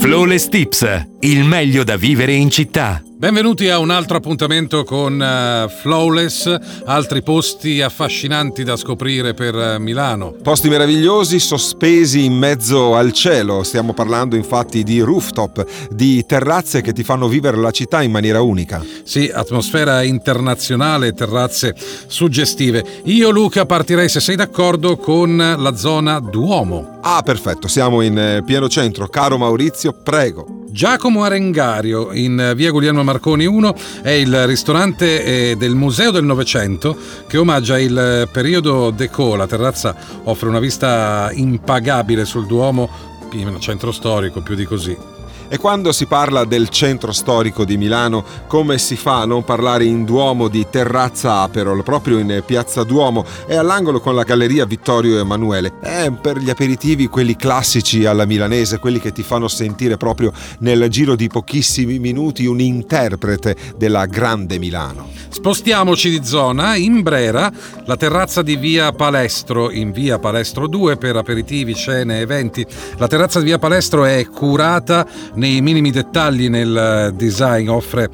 Flawless Tips, il meglio da vivere in città. Benvenuti a un altro appuntamento con Flawless, altri posti affascinanti da scoprire per Milano. Posti meravigliosi sospesi in mezzo al cielo. Stiamo parlando infatti di rooftop, di terrazze che ti fanno vivere la città in maniera unica. Sì, atmosfera internazionale, terrazze suggestive. Io, Luca, partirei, se sei d'accordo, con la zona Duomo. Ah, perfetto, siamo in pieno centro. Caro Maurizio, prego. Giacomo Arengario, in via Guglielmo Marconi 1, è il ristorante del Museo del Novecento che omaggia il periodo déco. La terrazza offre una vista impagabile sul Duomo, pieno centro storico, più di così. E quando si parla del centro storico di Milano, come si fa a non parlare in Duomo di terrazza Aperol, proprio in piazza Duomo e all'angolo con la galleria Vittorio Emanuele? Per gli aperitivi, quelli classici alla milanese, quelli che ti fanno sentire proprio nel giro di pochissimi minuti un interprete della grande Milano. Spostiamoci di zona. In Brera, la terrazza di via Palestro, in via Palestro 2, per aperitivi, cene, eventi. La terrazza di via Palestro è curata nei minimi dettagli nel design, offre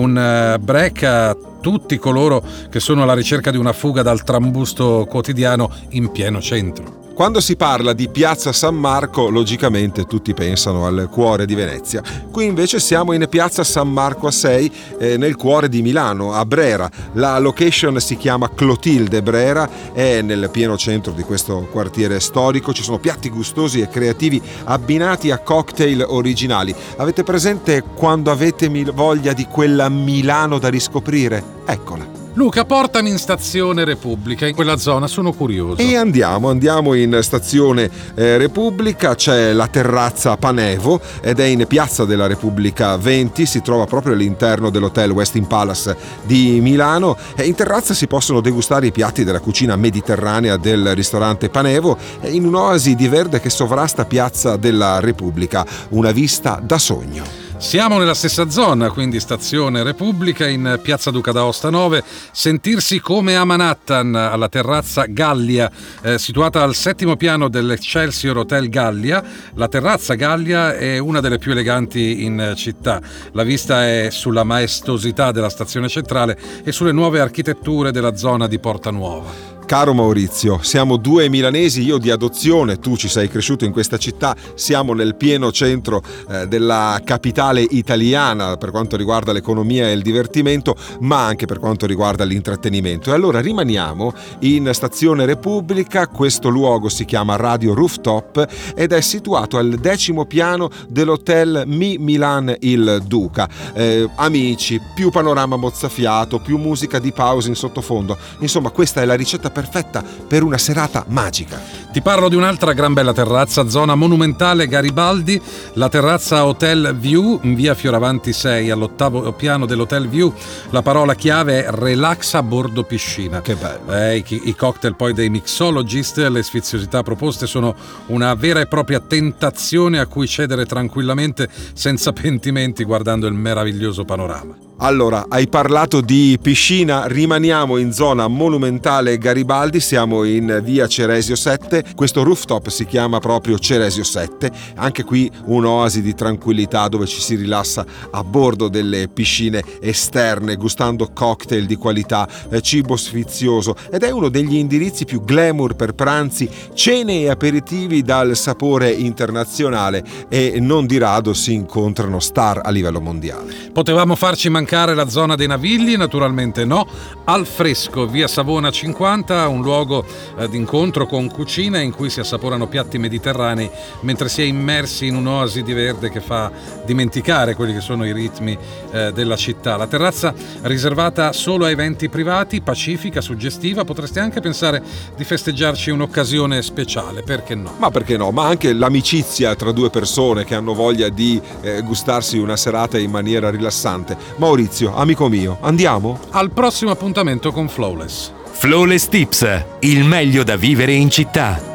un break a tutti coloro che sono alla ricerca di una fuga dal trambusto quotidiano in pieno centro. Quando si parla di Piazza San Marco, logicamente tutti pensano al cuore di Venezia. Qui invece siamo in Piazza San Marco a 6, nel cuore di Milano, a Brera. La location si chiama Clotilde Brera, è nel pieno centro di questo quartiere storico. Ci sono piatti gustosi e creativi abbinati a cocktail originali. Avete presente quando avete voglia di quella Milano da riscoprire? Eccola. Luca, portami in stazione Repubblica, in quella zona sono curioso. E andiamo in stazione Repubblica, c'è la terrazza Panevo ed è in piazza della Repubblica 20, si trova proprio all'interno dell'hotel Westin Palace di Milano e in terrazza si possono degustare i piatti della cucina mediterranea del ristorante Panevo in un'oasi di verde che sovrasta piazza della Repubblica, una vista da sogno. Siamo nella stessa zona, quindi stazione Repubblica, in piazza Duca d'Aosta 9, sentirsi come a Manhattan alla terrazza Gallia, situata al 7° piano dell'Excelsior Hotel Gallia. La terrazza Gallia è una delle più eleganti in città. La vista è sulla maestosità della stazione centrale e sulle nuove architetture della zona di Porta Nuova. Caro Maurizio, siamo due milanesi, io di adozione, tu ci sei cresciuto in questa città, siamo nel pieno centro della capitale italiana per quanto riguarda l'economia e il divertimento, ma anche per quanto riguarda l'intrattenimento. E allora rimaniamo in stazione Repubblica. Questo luogo si chiama Radio Rooftop ed è situato al 10° piano dell'hotel Mi Milan Il Duca. Amici, più panorama mozzafiato, più musica di pausa in sottofondo. Insomma, questa è la ricetta perfetta per una serata magica. Ti parlo di un'altra gran bella terrazza, zona monumentale Garibaldi, la terrazza Hotel View in via Fioravanti 6, all'8° piano dell'Hotel View. La parola chiave è relax a bordo piscina. Che bello. I cocktail poi dei mixologist, le sfiziosità proposte sono una vera e propria tentazione a cui cedere tranquillamente senza pentimenti guardando il meraviglioso panorama. Allora, hai parlato di piscina, rimaniamo in zona monumentale Garibaldi, siamo in via Ceresio 7, questo rooftop si chiama proprio Ceresio 7, anche qui un'oasi di tranquillità dove ci si rilassa a bordo delle piscine esterne, gustando cocktail di qualità, cibo sfizioso ed è uno degli indirizzi più glamour per pranzi, cene e aperitivi dal sapore internazionale e non di rado si incontrano star a livello mondiale. Potevamo farci mancare la zona dei Navigli? Naturalmente no. Al fresco, via Savona 50, un luogo d'incontro con cucina in cui si assaporano piatti mediterranei mentre si è immersi in un'oasi di verde che fa dimenticare quelli che sono i ritmi della città. La terrazza riservata solo a eventi privati, pacifica, suggestiva. Potresti anche pensare di festeggiarci un'occasione speciale, perché no? Ma perché no? Ma anche l'amicizia tra due persone che hanno voglia di gustarsi una serata in maniera rilassante. Maurizio, amico mio, andiamo? Al prossimo appuntamento con Flawless. Flawless Tips, il meglio da vivere in città.